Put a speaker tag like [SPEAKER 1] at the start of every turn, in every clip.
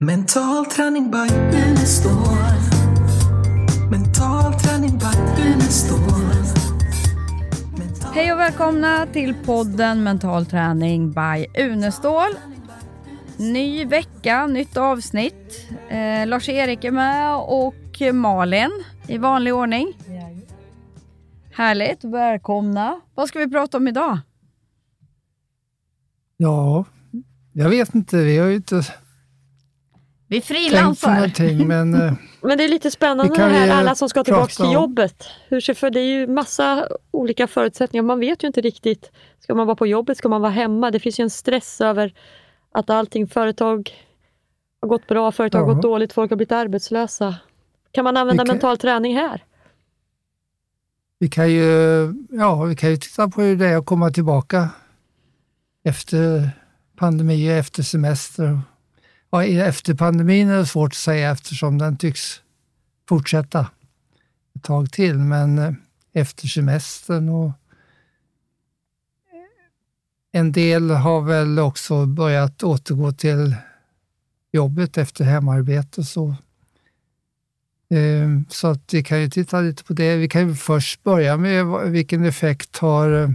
[SPEAKER 1] Mental träning by Unestål. Mental träning by Unestål.
[SPEAKER 2] Hej och välkomna till podden Mental träning by Unestål. Ny vecka, nytt avsnitt. Lars-Erik är med och Malin i vanlig ordning. Härligt, välkomna. Vad ska vi prata om idag?
[SPEAKER 3] Ja, jag vet inte. Vi har ju inte...
[SPEAKER 2] Vi frilansar.
[SPEAKER 4] Men det är lite spännande det här, alla som ska tillbaka till jobbet. För det är ju massa olika förutsättningar. Man vet ju inte riktigt. Ska man vara på jobbet? Ska man vara hemma? Det finns ju en stress över att företag har gått bra, företag har gått dåligt, folk har blivit arbetslösa. Kan man använda mental träning här?
[SPEAKER 3] Vi kan ju titta på hur det är att komma tillbaka efter pandemi och efter semester. Ja, efter pandemin är det svårt att säga eftersom den tycks fortsätta ett tag till. Men efter semestern och en del har väl också börjat återgå till jobbet efter hemarbete. Så att vi kan ju titta lite på det. Vi kan ju först börja med vilken effekt har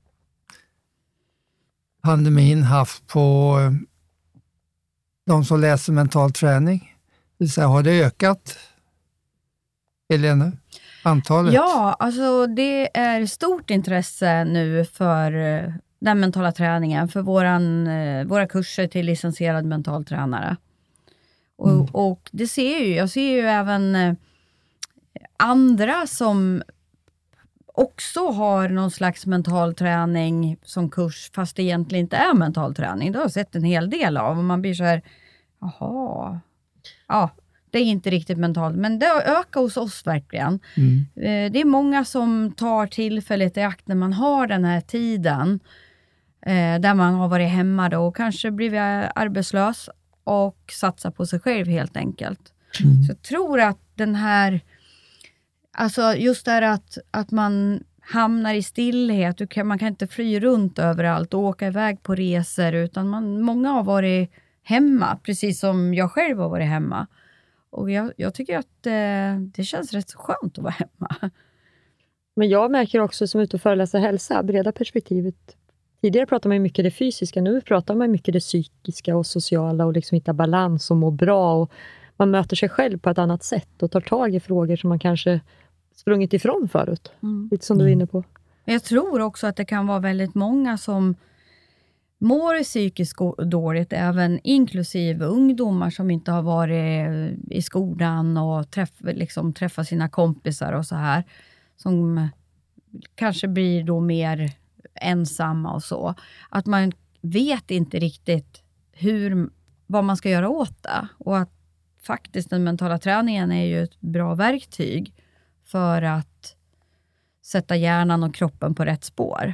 [SPEAKER 3] pandemin haft på de som läser mental träning. Det vill säga, har det ökat, Helene, antalet?
[SPEAKER 2] Ja, alltså det är stort intresse nu för den mentala träningen. För våra kurser till licensierad mental tränare. Och det jag ser ju även andra som också har någon slags mental träning som kurs, fast det egentligen inte är mental träning. Det har jag sett en hel del av. Och man blir så här, jaha, ja, det är inte riktigt mentalt. Men det har ökat hos oss verkligen. Det är många som tar tillfället i akt när man har den här tiden. Där man har varit hemma då och kanske blivit arbetslös. Och satsar på sig själv helt enkelt. Så jag tror att den här... Alltså just det att man hamnar i stillhet. Man kan inte fly runt överallt och åka iväg på resor. Utan många har varit hemma. Precis som jag själv har varit hemma. Och jag tycker att det känns rätt skönt att vara hemma.
[SPEAKER 4] Men jag märker också som ute och föreläser hälsa. Breda perspektivet. Tidigare pratade man mycket det fysiska. Nu pratar man mycket det psykiska och sociala. Och liksom hitta balans och må bra. Och man möter sig själv på ett annat sätt. Och tar tag i frågor som man kanske sprungit ifrån förut. Lite som du är inne på.
[SPEAKER 2] Jag tror också att det kan vara väldigt många som mår psykiskt dåligt. Även inklusive ungdomar som inte har varit i skolan. Och träffa sina kompisar och så här. Som kanske blir då mer ensamma och så. Att man vet inte riktigt vad man ska göra åt det. Och att faktiskt den mentala träningen är ju ett bra verktyg för att sätta hjärnan och kroppen på rätt spår.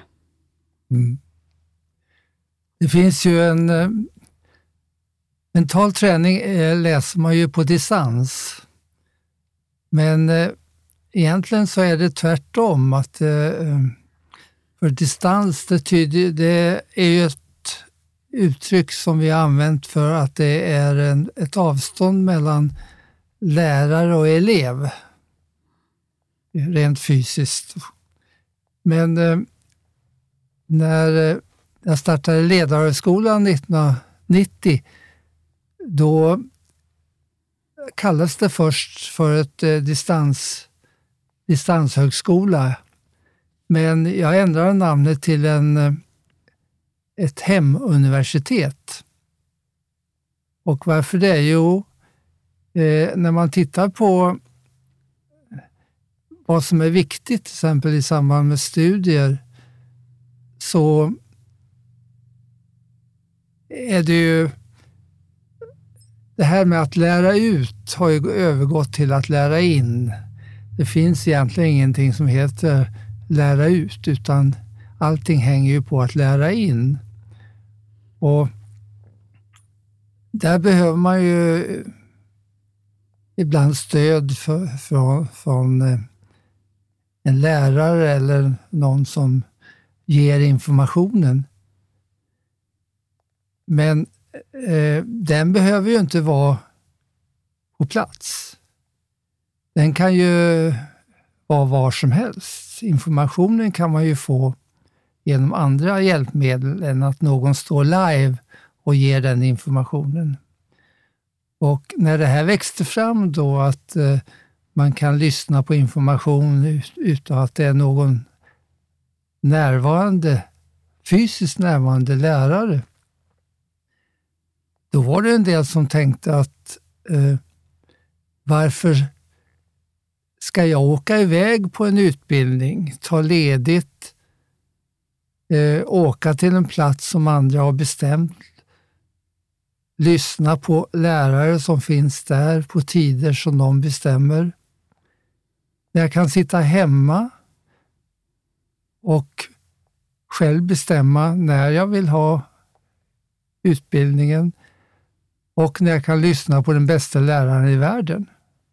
[SPEAKER 3] Det finns ju en mental träning läser man ju på distans. Men egentligen så är det tvärtom att för distans det är ju ett uttryck som vi har använt för att det är ett avstånd mellan lärare och elev. Rent fysiskt. Men när jag startade Ledarhögskolan 1990 då kallades det först för ett distanshögskola. Men jag ändrade namnet till ett hemuniversitet. Och varför det? Jo, när man tittar på vad som är viktigt till exempel i samband med studier så är det ju det här med att lära ut har ju övergått till att lära in. Det finns egentligen ingenting som heter lära ut utan allting hänger ju på att lära in. Och där behöver man ju ibland stöd från en lärare eller någon som ger informationen. Men den behöver ju inte vara på plats. Den kan ju vara var som helst. Informationen kan man ju få genom andra hjälpmedel än att någon står live och ger den informationen. Och när det här växte fram då att man kan lyssna på information utan att det är någon fysiskt närvarande lärare. Då var det en del som tänkte att varför ska jag åka iväg på en utbildning, ta ledigt, åka till en plats som andra har bestämt, lyssna på lärare som finns där på tider som de bestämmer. Jag kan sitta hemma och själv bestämma när jag vill ha utbildningen och när jag kan lyssna på den bästa läraren i världen.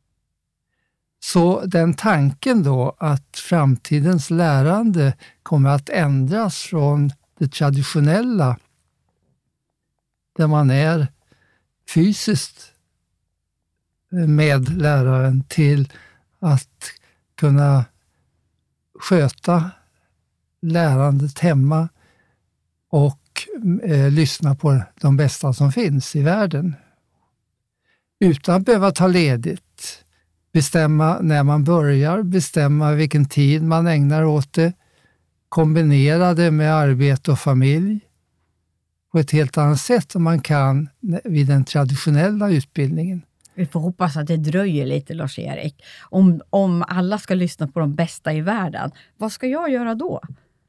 [SPEAKER 3] Så den tanken då att framtidens lärande kommer att ändras från det traditionella där man är fysiskt med läraren till att kunna sköta lärandet hemma och lyssna på de bästa som finns i världen. Utan att behöva ta ledigt. Bestämma när man börjar, bestämma vilken tid man ägnar åt det. Kombinera det med arbete och familj på ett helt annat sätt än man kan vid den traditionella utbildningen.
[SPEAKER 2] Vi får hoppas att det dröjer lite, Lars-Erik. Om alla ska lyssna på de bästa i världen, vad ska jag göra då?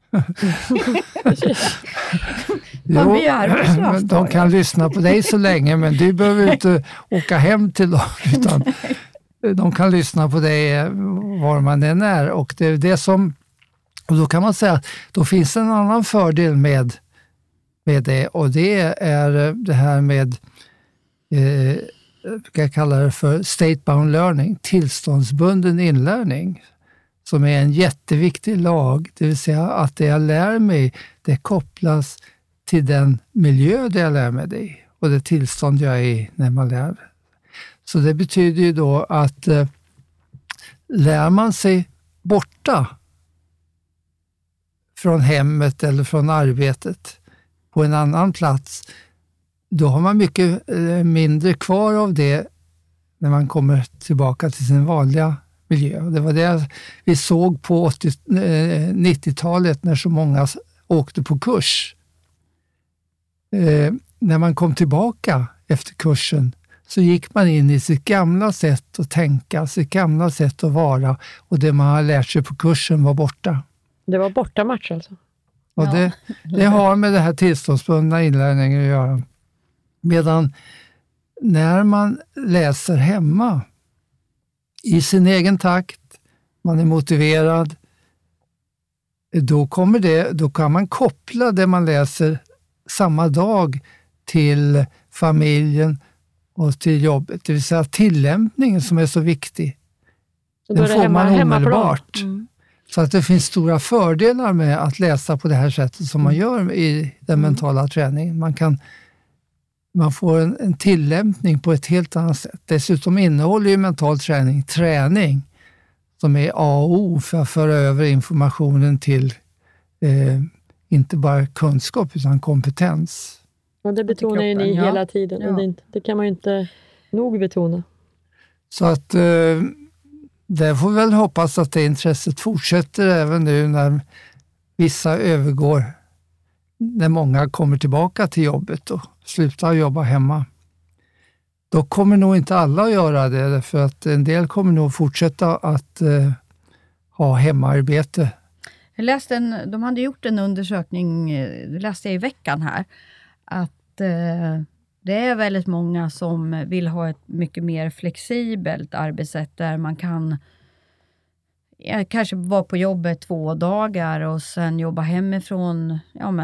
[SPEAKER 3] Jo, de kan lyssna på dig så länge, men du behöver inte åka hem till dem, utan de kan lyssna på dig var man än är. Och det är det som, och då kan man säga att då finns en annan fördel med det, och det är det här med jag kallar det för state-bound learning, tillståndsbunden inlärning, som är en jätteviktig lag. Det vill säga att det jag lär mig, det kopplas till den miljö där jag lär mig det i och det tillstånd jag är i när man lär. Så det betyder ju då att lär man sig borta från hemmet eller från arbetet på en annan plats, då har man mycket mindre kvar av det när man kommer tillbaka till sin vanliga miljö. Det var det vi såg på 90-talet när så många åkte på kurs. När man kom tillbaka efter kursen så gick man in i sitt gamla sätt att tänka, sitt gamla sätt att vara, och det man har lärt sig på kursen var borta.
[SPEAKER 4] Det var bortamatch alltså?
[SPEAKER 3] Och det har med det här tillståndsbundna inlärningen att göra. Medan när man läser hemma i sin egen takt, man är motiverad, då kan man koppla det man läser samma dag till familjen och till jobbet. Det vill säga tillämpningen som är så viktig. Så den får man omedelbart. Så att det finns stora fördelar med att läsa på det här sättet som man gör i den mentala träningen. Man får en tillämpning på ett helt annat sätt. Dessutom innehåller ju mental träning som är A och O för att föra över informationen till inte bara kunskap utan kompetens.
[SPEAKER 4] Ja, det betonar ju ni hela tiden. Ja. Och det kan man ju inte nog betona.
[SPEAKER 3] Så att där får vi väl hoppas att det intresset fortsätter även nu när vissa övergår, när många kommer tillbaka till jobbet och slutar jobba hemma. Då kommer nog inte alla att göra det, för att en del kommer nog fortsätta att ha hemarbete.
[SPEAKER 2] Jag läste de hade gjort en undersökning, läste jag i veckan här, att det är väldigt många som vill ha ett mycket mer flexibelt arbetssätt där man kan kanske vara på jobbet 2 dagar och sen jobba hemifrån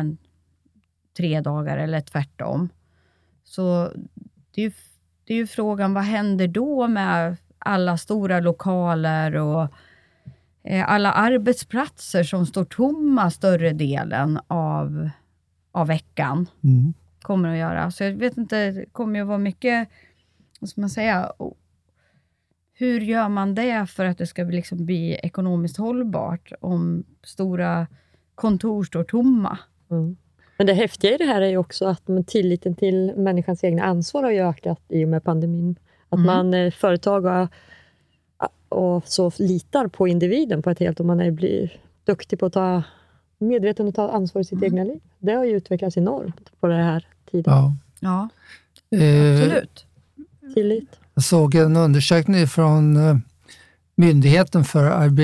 [SPEAKER 2] 3 dagar eller tvärtom. Så det är ju frågan, vad händer då med alla stora lokaler och alla arbetsplatser som står tomma större delen av veckan? kommer att göra. Så jag vet inte, det kommer ju vara mycket, vad ska man säga, hur gör man det för att det ska liksom bli ekonomiskt hållbart om stora kontor står tomma?
[SPEAKER 4] Mm. Men det häftiga i det här är ju också att tilliten till människans egna ansvar har ju ökat i och med pandemin. Att man, företag och så litar på individen på ett helt, och man blir duktig på att ta medveten och ta ansvar i sitt egna liv. Det har ju utvecklats enormt på den här tiden.
[SPEAKER 2] Ja, absolut.
[SPEAKER 4] Tillit.
[SPEAKER 3] Jag såg en undersökning från Myndigheten för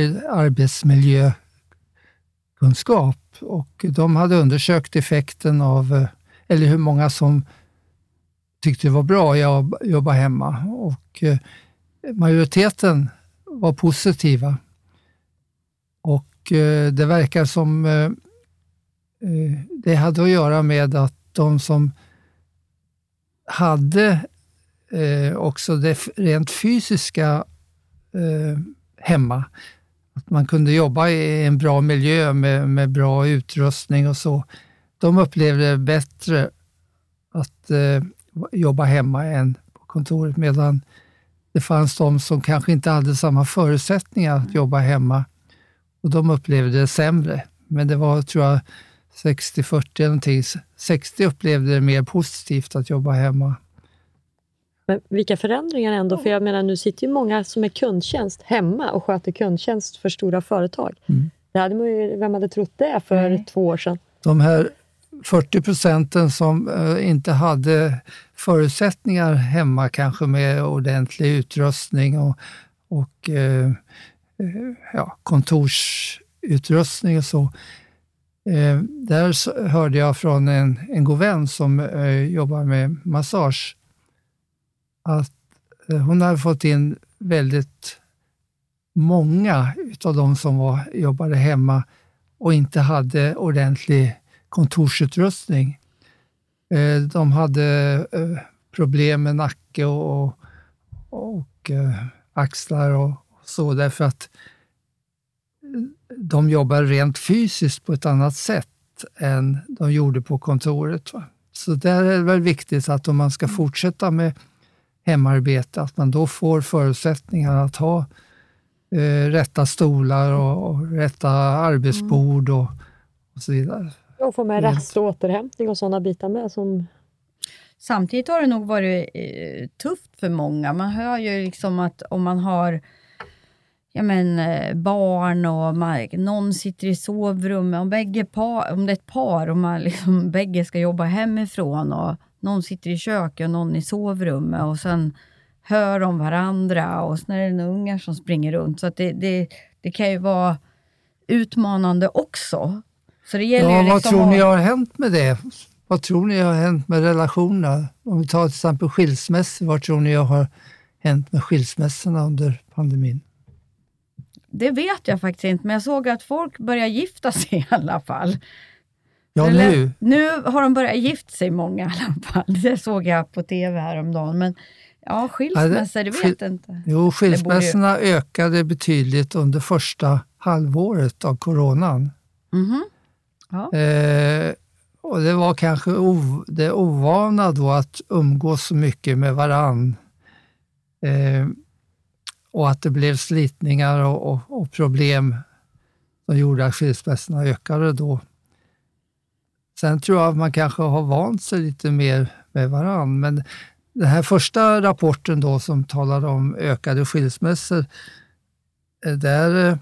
[SPEAKER 3] arbetsmiljökunskap, och de hade undersökt effekten av, eller hur många som tyckte det var bra att jobba hemma, och majoriteten var positiva. Och det verkar som det hade att göra med att de som hade också det rent fysiska hemma, att man kunde jobba i en bra miljö med bra utrustning och så, de upplevde det bättre att jobba hemma än på kontoret, medan det fanns de som kanske inte hade samma förutsättningar att jobba hemma, och de upplevde det sämre. Men det var, tror jag, 60-40 eller någonting. 60 upplevde det mer positivt att jobba hemma.
[SPEAKER 4] Men vilka förändringar ändå, för jag menar, nu sitter ju många som är kundtjänst hemma och sköter kundtjänst för stora företag. Det hade man ju, vem hade trott det för 2 år sedan? De
[SPEAKER 3] här 40% som inte hade förutsättningar hemma, kanske med ordentlig utrustning och kontorsutrustning och så. Där hörde jag från en god vän som jobbar med massage, att hon hade fått in väldigt många av de som jobbade hemma och inte hade ordentlig kontorsutrustning. De hade problem med nacke och axlar och så, därför att de jobbar rent fysiskt på ett annat sätt än de gjorde på kontoret. Va? Så där är det väl viktigt att om man ska fortsätta med hemarbete, att man då får förutsättningar att ha rätta stolar och rätta arbetsbord och så vidare.
[SPEAKER 4] Och få med rast och återhämtning och sådana bitar med.
[SPEAKER 2] Samtidigt har det nog varit tufft för många. Man hör ju liksom att om man har barn och någon sitter i sovrummet, om det är ett par och man liksom bägge ska jobba hemifrån och någon sitter i köket och någon i sovrummet, och sen hör de varandra, och sen är det ungar som springer runt, så att det kan ju vara utmanande också. Så det gäller ju
[SPEAKER 3] vad
[SPEAKER 2] liksom
[SPEAKER 3] tror ni har hänt med det? Vad tror ni har hänt med relationerna? Om vi tar till exempel skilsmässor, vad tror ni har hänt med skilsmässorna under pandemin?
[SPEAKER 2] Det vet jag faktiskt inte, men jag såg att folk börjar gifta sig i alla fall.
[SPEAKER 3] Ja,
[SPEAKER 2] nu har de börjat gifta sig många i alla fall. Det såg jag på tv häromdagen. Men ja, skilsmässor, det vet jag inte.
[SPEAKER 3] Jo, skilsmässorna ökade betydligt under första halvåret av coronan.
[SPEAKER 2] Ja.
[SPEAKER 3] Och det var kanske det ovana då att umgås så mycket med varann. Och att det blev slitningar och problem som gjorde att skilsmässorna ökade då. Sen tror jag att man kanske har vant sig lite mer med varann. Men den här första rapporten då som talade om ökade skilsmässor, där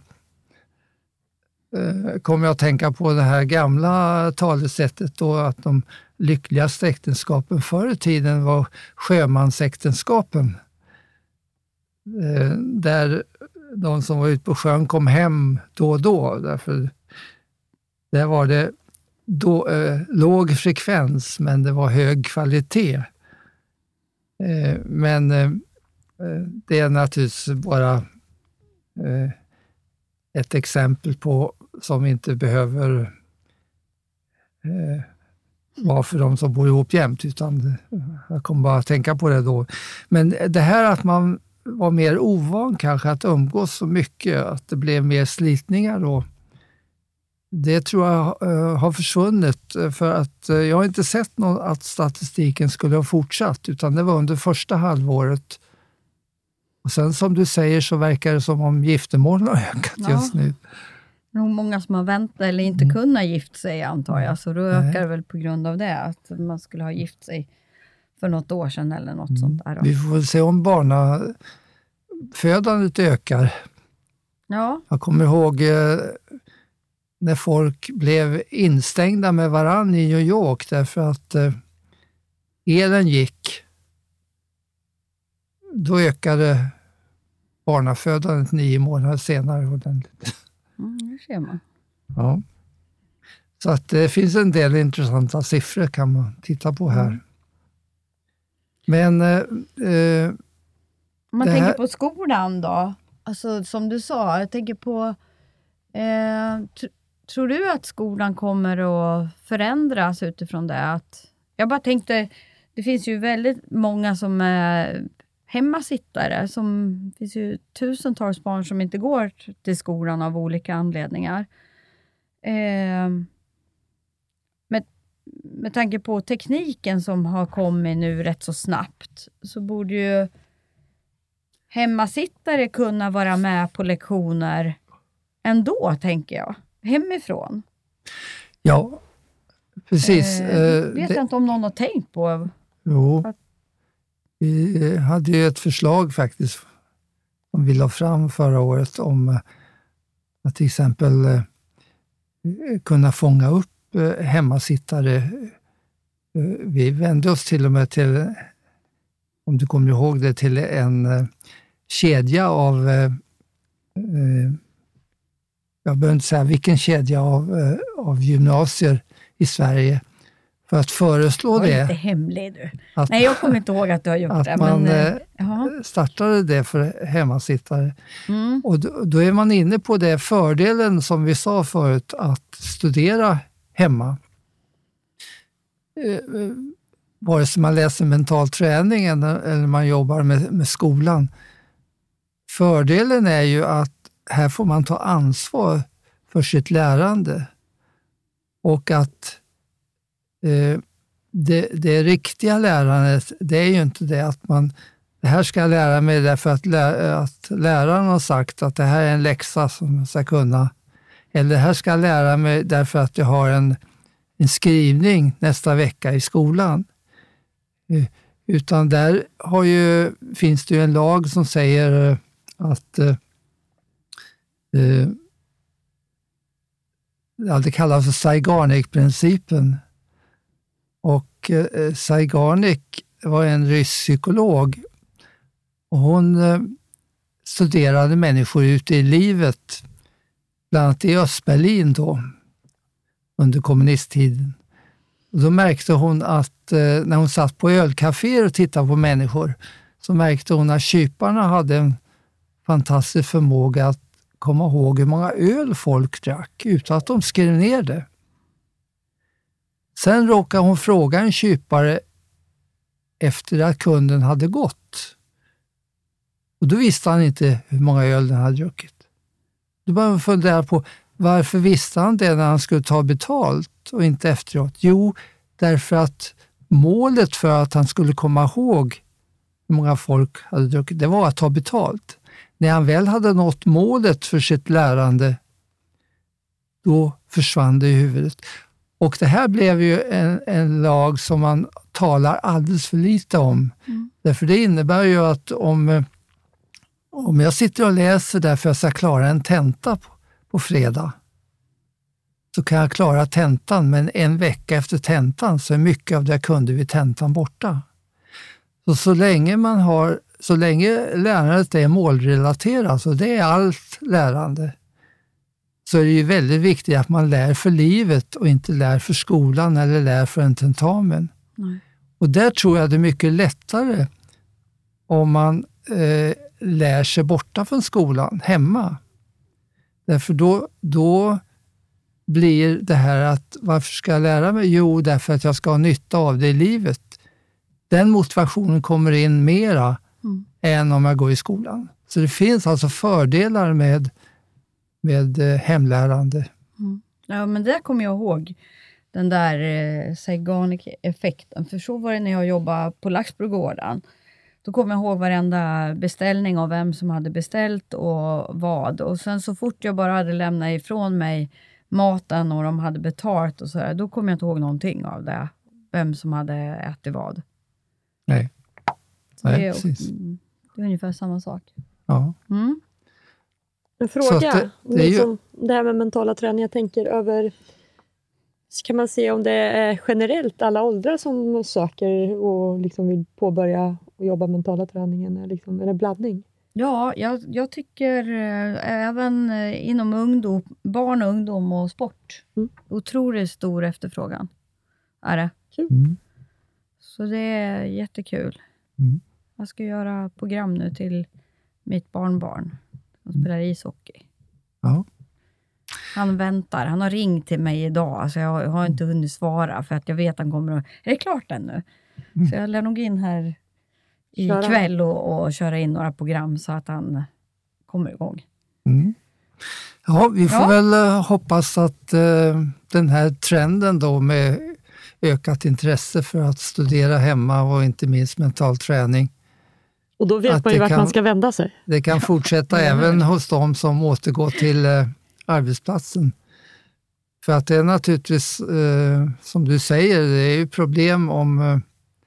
[SPEAKER 3] kommer jag att tänka på det här gamla talesättet då, att de lyckligaste äktenskapen förr i tiden var sjömansäktenskapen. Där de som var ute på sjön kom hem då och då, därför där var det låg frekvens, men det var hög kvalitet. Men det är naturligtvis bara ett exempel på som inte behöver vara för de som bor ihop jämt, utan jag kommer bara att tänka på det då. Men det här att man var mer ovan kanske att umgås så mycket, att det blev mer slitningar då. Det tror jag har försvunnit, för att jag har inte sett att statistiken skulle ha fortsatt, utan det var under första halvåret. Och sen som du säger så verkar det som om giftermålen har ökat just nu.
[SPEAKER 2] Det är många som har väntat eller inte kunnat gift sig, antar jag. Så då ökar det väl på grund av det, att man skulle ha gift sig för något år sedan eller något sånt där.
[SPEAKER 3] Vi får se om barnafödandet ökar.
[SPEAKER 2] Ja.
[SPEAKER 3] Jag kommer ihåg när folk blev instängda med varann i New York därför att elen gick. Då ökade barnafödandet 9 månader senare ordentligt.
[SPEAKER 2] Det ser man.
[SPEAKER 3] Ja. Så att det finns en del intressanta siffror kan man titta på här. Men
[SPEAKER 2] om man tänker på skolan då, alltså som du sa, jag tänker på tror du att skolan kommer att förändras utifrån det? Jag bara tänkte, det finns ju väldigt många som är hemmasittare, det finns ju tusentals barn som inte går till skolan av olika anledningar. Med tanke på tekniken som har kommit nu rätt så snabbt, så borde ju hemmasittare kunna vara med på lektioner ändå, tänker jag. Hemifrån.
[SPEAKER 3] Ja, precis.
[SPEAKER 2] Vet jag inte om någon har tänkt på.
[SPEAKER 3] Jo, vi hade ju ett förslag faktiskt som vi la fram förra året om att till exempel kunna fånga upp hemmasittare. Vi vände oss till och med till, om du kommer ihåg det, till en kedja av, jag behöver inte säga vilken kedja av gymnasier i Sverige, för att föreslå det.
[SPEAKER 2] Det är inte hemlig du. Nej, jag kommer inte ihåg att du har gjort det.
[SPEAKER 3] Att man startade det för hemmasittare. Och då är man inne på det fördelen som vi sa förut, att studera hemma. Vare sig man läser mental träning eller man jobbar med skolan. Fördelen är ju att här får man ta ansvar för sitt lärande. Och att det riktiga lärandet, det är ju inte det att det här ska jag lära mig därför att läraren har sagt att det här är en läxa som jag ska kunna. Eller det här ska jag lära mig därför att jag har en skrivning nästa vecka i skolan. Utan där finns det ju en lag som säger att det kallas för Zeigarnik-principen. Och Zeigarnik var en rysk psykolog, och hon studerade människor ute i livet, bland annat i Östberlin då, under kommunisttiden. Och då märkte hon att när hon satt på ölcaféer och tittade på människor, så märkte hon att kyparna hade en fantastisk förmåga att komma ihåg hur många öl folk drack utan att de skrev ner det. Sen råkade hon fråga en kypare efter att kunden hade gått. Och då visste han inte hur många öl den hade druckit. Då började hon fundera på varför visste han det när han skulle ta betalt och inte efteråt. Jo, därför att målet för att han skulle komma ihåg hur många folk hade druckit, det var att ta betalt. När han väl hade nått målet för sitt lärande, då försvann det i huvudet. Och det här blev ju en lag som man talar alldeles för lite om. Därför det innebär ju att om jag sitter och läser därför jag ska klara en tenta på fredag, så kan jag klara tentan, men en vecka efter tentan så är mycket av det jag kunde vid tentan borta. Så länge lärandet är målrelaterat, och det är allt lärande, så är det ju väldigt viktigt att man lär för livet och inte lär för skolan eller lär för en tentamen. Och där tror jag det är mycket lättare om man lär sig borta från skolan, hemma. Därför då blir det här att varför ska jag lära mig? Jo, därför att jag ska ha nytta av det i livet. Den motivationen kommer in mera än om jag går i skolan. Så det finns alltså fördelar med hemlärande.
[SPEAKER 2] Ja, men det kommer jag ihåg. Den där Zeigarnik-effekten. För så var det när jag jobbade på Laxbrogården. Då kommer jag ihåg varenda beställning av vem som hade beställt och vad. Och sen så fort jag bara hade lämnat ifrån mig maten och de hade betalt och sådär. Då kommer jag inte ihåg någonting av det. Vem som hade ätit vad.
[SPEAKER 3] Nej,
[SPEAKER 2] precis. Det är ungefär samma sak.
[SPEAKER 3] Ja.
[SPEAKER 4] Mm. En fråga. Det här med mentala träning. Jag tänker över... Kan man se om det är generellt alla åldrar som söker och liksom vill påbörja och jobba mentala träningen? Är det blandning?
[SPEAKER 2] Ja, jag tycker även inom barn och ungdom och sport. Otroligt stor efterfrågan är det.
[SPEAKER 4] Kul.
[SPEAKER 2] Så det är jättekul. Jag ska göra program nu till mitt barnbarn som spelar ishockey.
[SPEAKER 3] Ja.
[SPEAKER 2] Han väntar. Han har ringt till mig idag. Alltså jag har inte hunnit svara för att jag vet att han kommer att... Är det klart ännu? Så jag lär nog in här ikväll och köra in några program så att han kommer igång.
[SPEAKER 3] Ja, vi får väl hoppas att den här trenden då med ökat intresse för att studera hemma och inte minst mental träning.
[SPEAKER 4] Och då vet man ju vart man ska vända sig.
[SPEAKER 3] Det kan fortsätta även hos dem som återgår till arbetsplatsen. För att det är naturligtvis, som du säger, det är ju problem om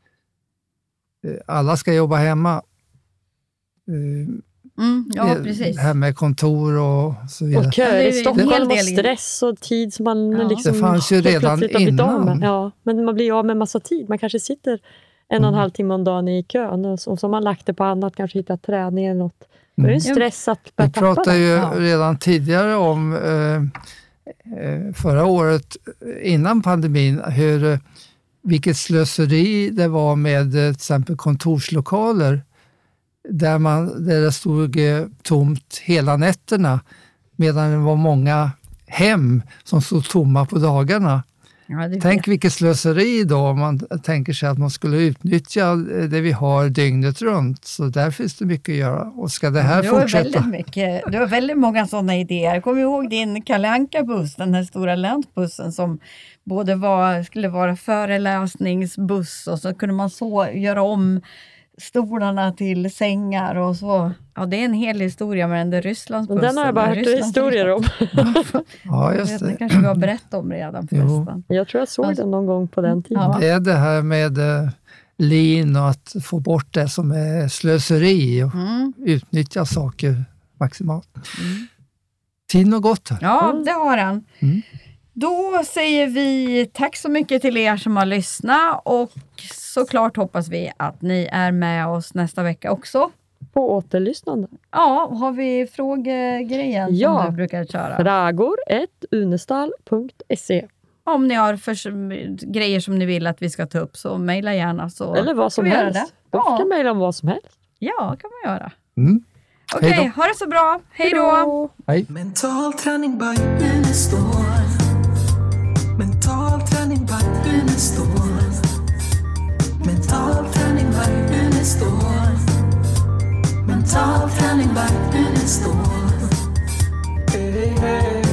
[SPEAKER 3] alla ska jobba hemma.
[SPEAKER 2] Ja, precis.
[SPEAKER 3] Det här med kontor och så vidare.
[SPEAKER 4] Och köer i Stockholm och stress och tid som man liksom
[SPEAKER 3] det fanns ju redan innan.
[SPEAKER 4] Ja, men man blir av med massa tid. Man kanske sitter 1,5 timme om dagen i kön och så man lagt det på annat, kanske hittat träning eller något. Det är en stress att börja tappa.
[SPEAKER 3] Vi pratade ju redan tidigare om förra året innan pandemin vilket slöseri det var med till exempel kontorslokaler där det stod tomt hela nätterna medan det var många hem som stod tomma på dagarna. Ja, tänk vilket slöseri då om man tänker sig att man skulle utnyttja det vi har dygnet runt. Så där finns det mycket att göra. Och ska det här fortsätta?
[SPEAKER 2] Du har väldigt många sådana idéer. Kommer ihåg din Kalle Anka-buss, den här stora länsbussen som både skulle vara föreläsningsbuss och så kunde man göra om stolarna till sängar och så. Ja, det är en hel historia med den där Rysslandsbussen.
[SPEAKER 4] Den har jag bara hört historier om.
[SPEAKER 3] Ja, just det.
[SPEAKER 2] Den kanske vi har berättat om redan förresten.
[SPEAKER 4] Jag tror jag såg den någon gång på den tiden.
[SPEAKER 3] Ja. Det är det här med lean och att få bort det som är slöseri och utnyttja saker maximalt. Tiden har gått här.
[SPEAKER 2] Ja, det har den. Då säger vi tack så mycket till er som har lyssnat och såklart hoppas vi att ni är med oss nästa vecka också.
[SPEAKER 4] På återlyssnande.
[SPEAKER 2] Ja, har vi frågegrejen som du brukar köra?
[SPEAKER 4] Fragor@unestal.se.
[SPEAKER 2] Om ni har grejer som ni vill att vi ska ta upp så mejla gärna.
[SPEAKER 4] Eller vad som helst. Du kan mejla om vad som helst.
[SPEAKER 2] Ja, kan man göra.
[SPEAKER 3] Okej,
[SPEAKER 2] ha det så bra. Hej då!
[SPEAKER 3] Hej.
[SPEAKER 1] Mental träning by Unestål. Mental träning by Unestål. Mental träning by Unestål. Mental träning by Unestål. Hey, hey.